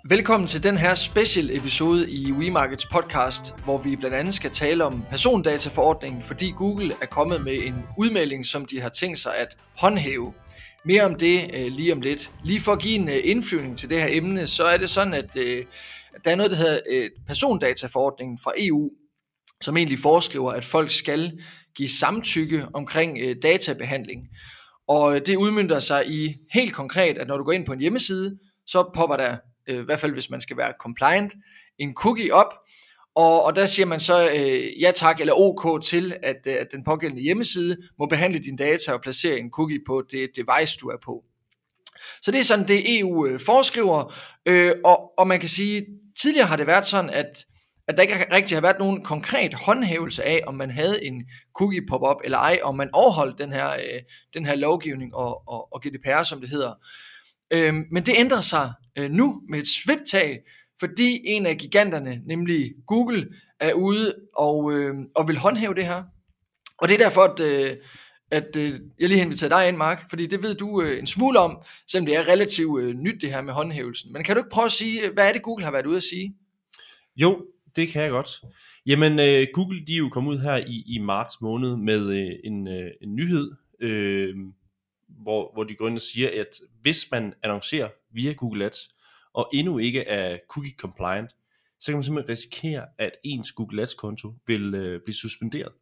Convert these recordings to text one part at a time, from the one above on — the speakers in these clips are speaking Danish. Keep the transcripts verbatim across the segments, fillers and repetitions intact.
Velkommen til den her special episode i WeMarkets podcast, hvor vi blandt andet skal tale om persondataforordningen, fordi Google er kommet med en udmelding, som de har tænkt sig at håndhæve. Mere om det øh, lige om lidt. Lige for at give en øh, indflyvning til det her emne, så er det sådan, at, øh, at der er noget, der hedder øh, persondataforordningen fra E U, som egentlig foreskriver, at folk skal give samtykke omkring øh, databehandling. Og det udmønter sig i helt konkret, at når du går ind på en hjemmeside, så popper der, i hvert fald hvis man skal være compliant, en cookie op, og, og der siger man så øh, ja tak eller ok til, at, at den pågældende hjemmeside må behandle dine data og placere en cookie på det device, du er på. Så det er sådan, det E U øh, foreskriver, øh, og, og man kan sige, tidligere har det været sådan, at, at der ikke rigtig har været nogen konkret håndhævelse af, om man havde en cookie pop-up eller ej, om man overholdt den her, øh, den her lovgivning og, og, og G D P R, som det hedder. Øh, men det ændrer sig øh, nu med et sviptag, fordi en af giganterne, nemlig Google, er ude og, øh, og vil håndhæve det her. Og det er derfor, at, øh, at øh, jeg lige har inviteret dig ind, Mark, fordi det ved du øh, en smule om, selvom det er relativt øh, nyt det her med håndhævelsen. Men kan du ikke prøve at sige, hvad er det Google har været ude at sige? Jo, det kan jeg godt. Jamen, øh, Google de er jo kommet ud her i, i marts måned med øh, en, øh, en nyhed, øh, hvor, hvor de går ind og siger, at hvis man annoncerer via Google Ads, og endnu ikke er cookie compliant, så kan man simpelthen risikere, at ens Google Ads konto vil øh, blive suspenderet.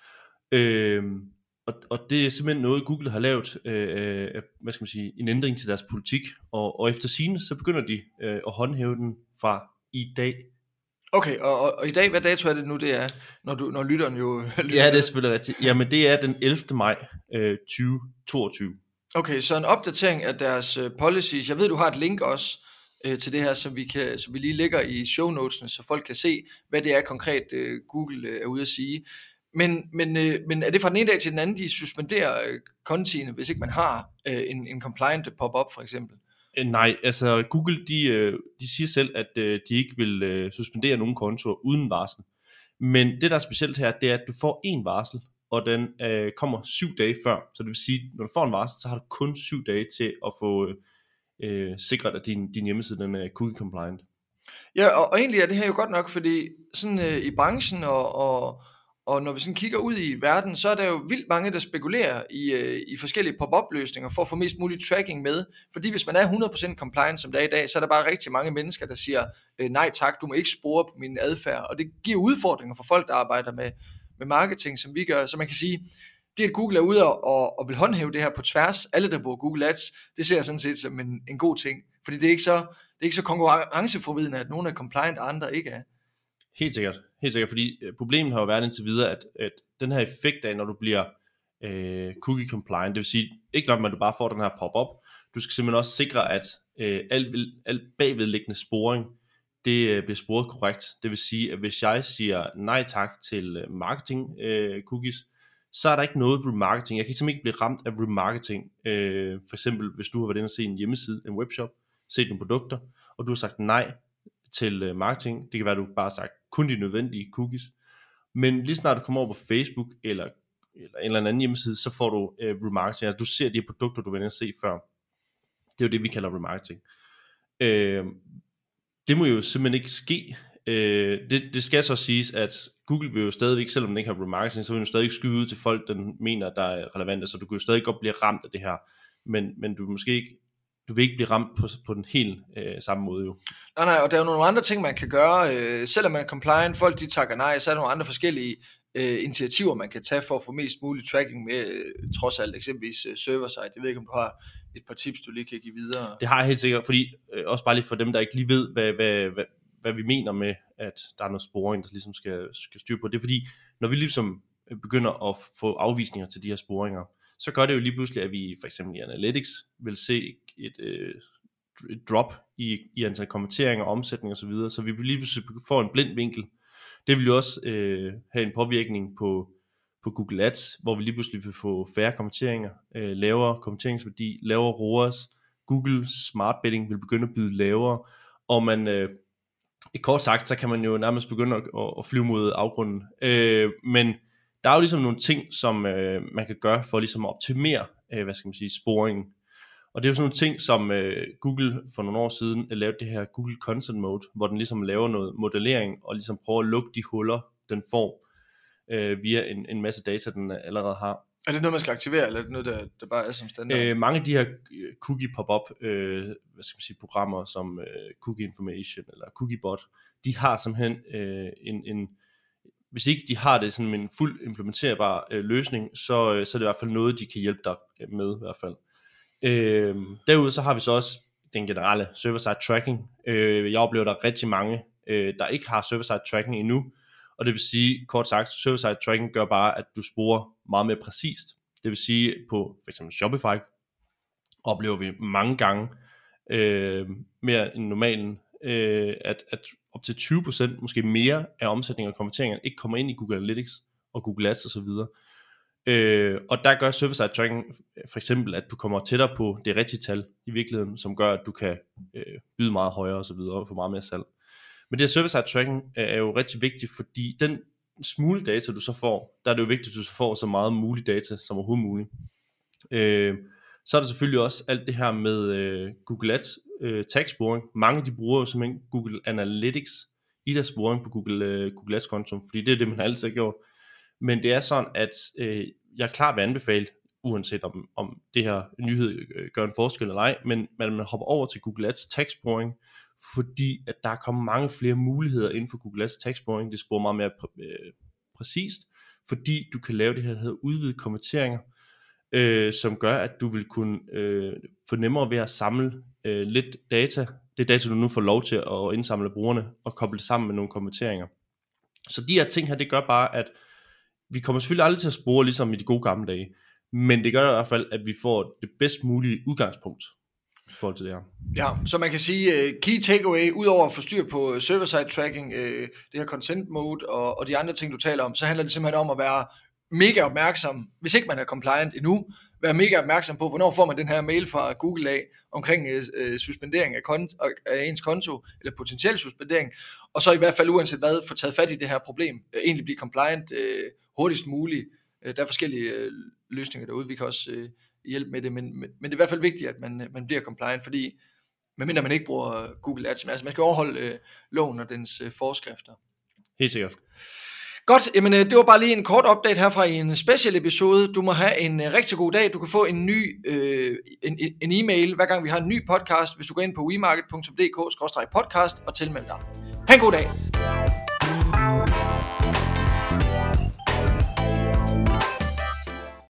Øh, og, og det er simpelthen noget, Google har lavet, øh, hvad skal man sige, en ændring til deres politik, og, og efter sigende, så begynder de øh, at håndhæve den fra i dag. Okay, og, og, og i dag, hvad dato er det nu, det er, når, du, når lytteren jo... lytter Ja, det er selvfølgelig rigtigt. Jamen, det er den ellevte maj øh, tyve toogtyve. Okay, så en opdatering af deres uh, policies. Jeg ved, du har et link også uh, til det her, som vi, kan, som vi lige lægger i show notesene, så folk kan se, hvad det er konkret, uh, Google uh, er ude at sige. Men, men, uh, men er det fra den ene dag til den anden, de suspenderer uh, kontiene, hvis ikke man har uh, en, en compliant pop-up for eksempel? Øh, nej, altså Google, de, øh, de siger selv, at øh, de ikke vil øh, suspendere nogen kontoer uden varsel. Men det, der er specielt her, det er, at du får en varsel, og den øh, kommer syv dage før. Så det vil sige, når du får en varsel, så har du kun syv dage til at få øh, sikret, at din, din hjemmeside den er cookie compliant. Ja, og, og egentlig er det her jo godt nok, fordi sådan øh, i branchen og, og, og når vi sådan kigger ud i verden, så er der jo vildt mange, der spekulerer i, øh, i forskellige pop-up løsninger for at få mest mulig tracking med. Fordi hvis man er hundrede procent compliant som det er i dag, så er der bare rigtig mange mennesker, der siger, øh, nej tak, du må ikke spore på min adfærd. Og det giver udfordringer for folk, der arbejder med med marketing, som vi gør. Så man kan sige, det at Google er ude og, og, og vil håndhæve det her på tværs, alle der bruger Google Ads, det ser jeg sådan set som en, en god ting. Fordi det er ikke så, det er ikke så konkurrenceforvridende, at nogen er compliant, og andre ikke er. Helt sikkert. Helt sikkert, fordi problemet har jo været indtil videre, at, at den her effekt af, når du bliver øh, cookie compliant, det vil sige, ikke nok med, at du bare får den her pop-up, du skal simpelthen også sikre, at øh, alt, alt bagvedliggende sporing, det øh, bliver sporet korrekt. Det vil sige, at hvis jeg siger nej tak til øh, marketing øh, cookies, så er der ikke noget remarketing. Jeg kan simpelthen ikke blive ramt af remarketing. Øh, for eksempel, hvis du har været inde og se en hjemmeside, en webshop, set nogle produkter, og du har sagt nej til øh, marketing. Det kan være, at du bare har sagt kun de nødvendige cookies. Men lige snart du kommer over på Facebook, eller, eller en eller anden hjemmeside, så får du øh, remarketing. Altså, du ser de produkter, du var inde og se før. Det er jo det, vi kalder remarketing. Øh, Det må jo simpelthen ikke ske. Øh, det, det skal så siges, at Google vil jo stadigvæk, selvom den ikke har remarketing, så vil den stadig skyde ud til folk, den mener, der er relevante. Så du kan jo stadig godt blive ramt af det her. Men, men du vil måske ikke, du vil ikke blive ramt på, på den helt øh, samme måde jo. Nej, nej, og der er jo nogle andre ting, man kan gøre. Øh, selvom man er compliant, folk de takker nej, så er der nogle andre forskellige øh, initiativer, man kan tage for at få mest mulig tracking med, øh, trods alt eksempelvis øh, server-side. Jeg ved ikke, om du har et par tips, du lige kan give videre. Det har jeg helt sikkert, fordi øh, også bare lige for dem, der ikke lige ved, hvad, hvad, hvad, hvad vi mener med, at der er noget sporing, der ligesom skal, skal styre på. Det er fordi, når vi ligesom begynder at få afvisninger til de her sporinger, så gør det jo lige pludselig, at vi for eksempel i Analytics vil se et, øh, et drop i, i antal kommenteringer, omsætning osv., så, videre, så vi vil lige pludselig få en blind vinkel. Det vil jo også øh, have en påvirkning på, på Google Ads, hvor vi lige pludselig vil få færre kommenteringer, øh, lavere kommenteringsværdi, lavere R O A S, Google Smart Bidding vil begynde at byde lavere, og man, øh, i kort sagt, så kan man jo nærmest begynde at, at flyve mod afgrunden. Øh, men der er jo ligesom nogle ting, som øh, man kan gøre for ligesom at optimere, øh, hvad skal man sige, sporingen. Og det er jo sådan nogle ting, som øh, Google for nogle år siden lavede det her Google Consent Mode, hvor den ligesom laver noget modellering og ligesom prøver at lukke de huller, den får øh, via en, en masse data, den allerede har. Er det noget, man skal aktivere, eller er det noget, der, der bare er som standard? Øh, mange af de her cookie pop-up øh, hvad skal man sige, programmer som øh, Cookie Information eller Cookiebot, de har simpelthen øh, en, en hvis ikke de har det sådan en fuld implementerbar øh, løsning, så, øh, så er det i hvert fald noget, de kan hjælpe dig med i hvert fald. Øh, derudover så har vi så også den generelle server-side tracking. Øh, jeg oplever, der er rigtig mange, øh, der ikke har server-side tracking endnu, og det vil sige, kort sagt, server-side tracking gør bare, at du sporer meget mere præcist. Det vil sige, på for eksempel Shopify, oplever vi mange gange øh, mere end normalen, øh, at, at op til tyve procent, måske mere af omsætningen og konverteringerne ikke kommer ind i Google Analytics og Google Ads osv. Øh, og der gør server-side tracking for eksempel, at du kommer tættere på det rigtige tal i virkeligheden, som gør, at du kan øh, byde meget højere osv. og få meget mere salg. Men det her server-side tracking er jo rigtig vigtigt, fordi den smule data, du så får, der er det jo vigtigt, at du så får så meget mulig data som overhovedet muligt. Øh, så er der selvfølgelig også alt det her med øh, Google Ads øh, tag-sporing. Mange de bruger jo simpelthen Google Analytics i deres sporing på Google, øh, Google Ads-konto, fordi det er det, man altid har gjort. Men det er sådan, at øh, jeg klart vil anbefale, uanset om, om det her nyhed øh, gør en forskel eller ej, men man, man hopper over til Google Ads tag-sporing, fordi at der kommer mange flere muligheder inden for Google Ads tag-sporing. Det sporer meget mere præ- øh, præcist, fordi du kan lave det her, der hedder udvidede konverteringer, øh, som gør, at du vil kunne øh, få nemmere ved at samle øh, lidt data. Det data, du nu får lov til at indsamle brugerne og koble det sammen med nogle konverteringer. Så de her ting her, det gør bare, at vi kommer selvfølgelig aldrig til at spore ligesom i de gode gamle dage, men det gør i hvert fald, at vi får det bedst mulige udgangspunkt i forhold til det her. Ja, så man kan sige, uh, key takeaway, udover at få styr på server-side tracking, uh, det her consent mode og, og de andre ting, du taler om, så handler det simpelthen om at være mega opmærksom, hvis ikke man er compliant endnu, være mega opmærksom på, hvornår får man den her mail fra Google af, omkring uh, suspendering af, kont- af ens konto, eller potentiel suspendering, og så i hvert fald uanset hvad, få taget fat i det her problem, uh, egentlig blive compliant uh, hurtigst muligt. Uh, der er forskellige uh, løsninger derude, vi kan også uh, hjælpe med det, men, men, men det er i hvert fald vigtigt, at man, man bliver compliant, fordi medmindre man ikke bruger Google Ads, men altså man skal overholde øh, loven og dens øh, forskrifter. Helt sikkert. Godt, jamen øh, det var bare lige en kort update her fra en special episode. Du må have en øh, rigtig god dag. Du kan få en ny øh, en, en e-mail, hver gang vi har en ny podcast, hvis du går ind på wemarket punktum d k skråstreg podcast og tilmelder dig. Ha' en god dag.